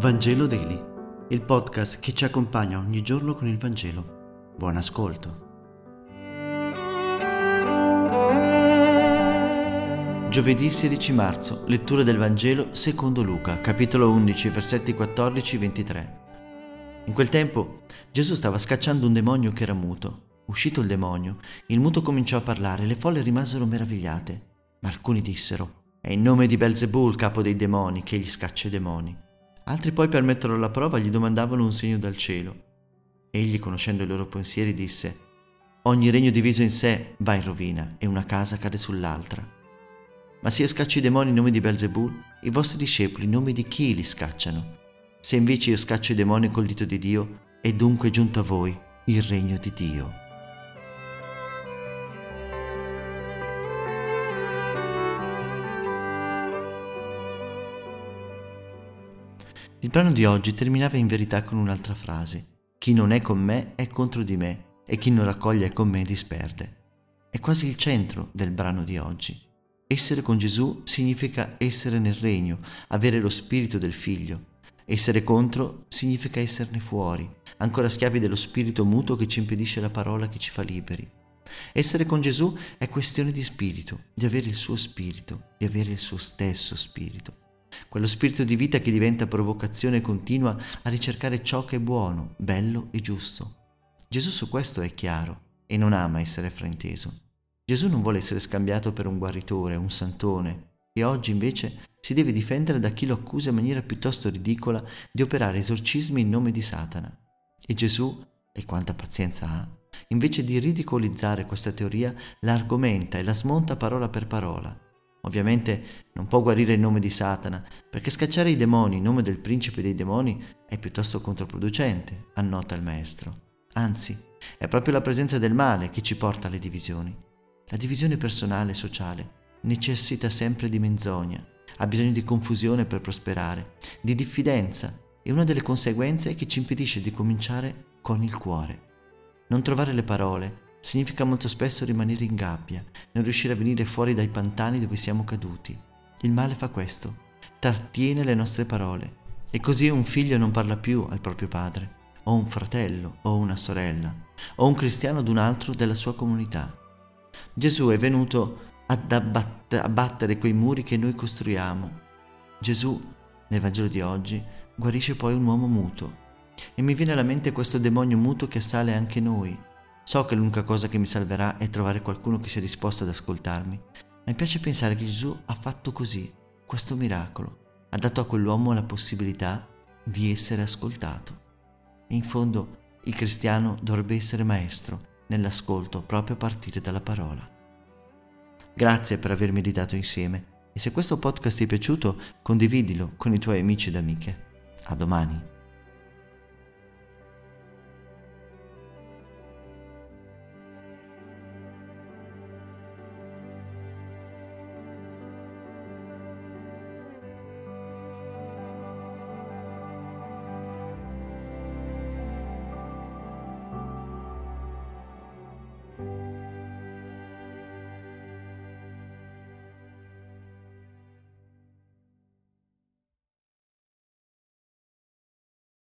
Vangelo Daily, il podcast che ci accompagna ogni giorno con il Vangelo. Buon ascolto. Giovedì 16 marzo, lettura del Vangelo secondo Luca, capitolo 11, versetti 14-23. In quel tempo Gesù stava scacciando un demonio che era muto. Uscito il demonio, il muto cominciò a parlare e le folle rimasero meravigliate. Ma alcuni dissero: «È in nome di Belzebul, capo dei demoni, che egli scaccia i demoni». Altri poi, per metterlo alla prova, gli domandavano un segno dal cielo. Egli, conoscendo i loro pensieri, disse: «Ogni regno diviso in sé va in rovina e una casa cade sull'altra. Ma se io scaccio i demoni in nome di Belzebul, i vostri discepoli in nome di chi li scacciano? Se invece io scaccio i demoni col dito di Dio, è dunque giunto a voi il regno di Dio». Il brano di oggi terminava in verità con un'altra frase: «Chi non è con me è contro di me, e chi non raccoglie con me disperde». È quasi il centro del brano di oggi. Essere con Gesù significa essere nel regno, avere lo spirito del Figlio. Essere contro significa esserne fuori, ancora schiavi dello spirito muto che ci impedisce la parola che ci fa liberi. Essere con Gesù è questione di spirito, di avere il suo spirito, di avere il suo stesso spirito. Quello spirito di vita che diventa provocazione continua a ricercare ciò che è buono, bello e giusto. Gesù su questo è chiaro e non ama essere frainteso. Gesù non vuole essere scambiato per un guaritore, un santone, e oggi invece si deve difendere da chi lo accusa in maniera piuttosto ridicola di operare esorcismi in nome di Satana. E Gesù, e quanta pazienza ha, invece di ridicolizzare questa teoria, la argomenta e la smonta parola per parola. Ovviamente non può guarire in nome di Satana, perché scacciare i demoni in nome del principe dei demoni è piuttosto controproducente, annota il maestro. Anzi, è proprio la presenza del male che ci porta alle divisioni. La divisione personale e sociale necessita sempre di menzogna, ha bisogno di confusione per prosperare, di diffidenza, e una delle conseguenze è che ci impedisce di cominciare con il cuore. Non trovare le parole significa molto spesso rimanere in gabbia, non riuscire a venire fuori dai pantani dove siamo caduti. Il male fa questo, trattiene le nostre parole, e così un figlio non parla più al proprio padre, o un fratello, o una sorella, o un cristiano ad un altro della sua comunità. Gesù è venuto ad abbattere quei muri che noi costruiamo. Gesù, nel Vangelo di oggi, guarisce poi un uomo muto. E mi viene alla mente questo demonio muto che assale anche noi. So che l'unica cosa che mi salverà è trovare qualcuno che sia disposto ad ascoltarmi. Mi piace pensare che Gesù ha fatto così, questo miracolo. Ha dato a quell'uomo la possibilità di essere ascoltato. E in fondo il cristiano dovrebbe essere maestro nell'ascolto proprio a partire dalla parola. Grazie per avermi meditato insieme, e se questo podcast ti è piaciuto, condividilo con i tuoi amici ed amiche. A domani.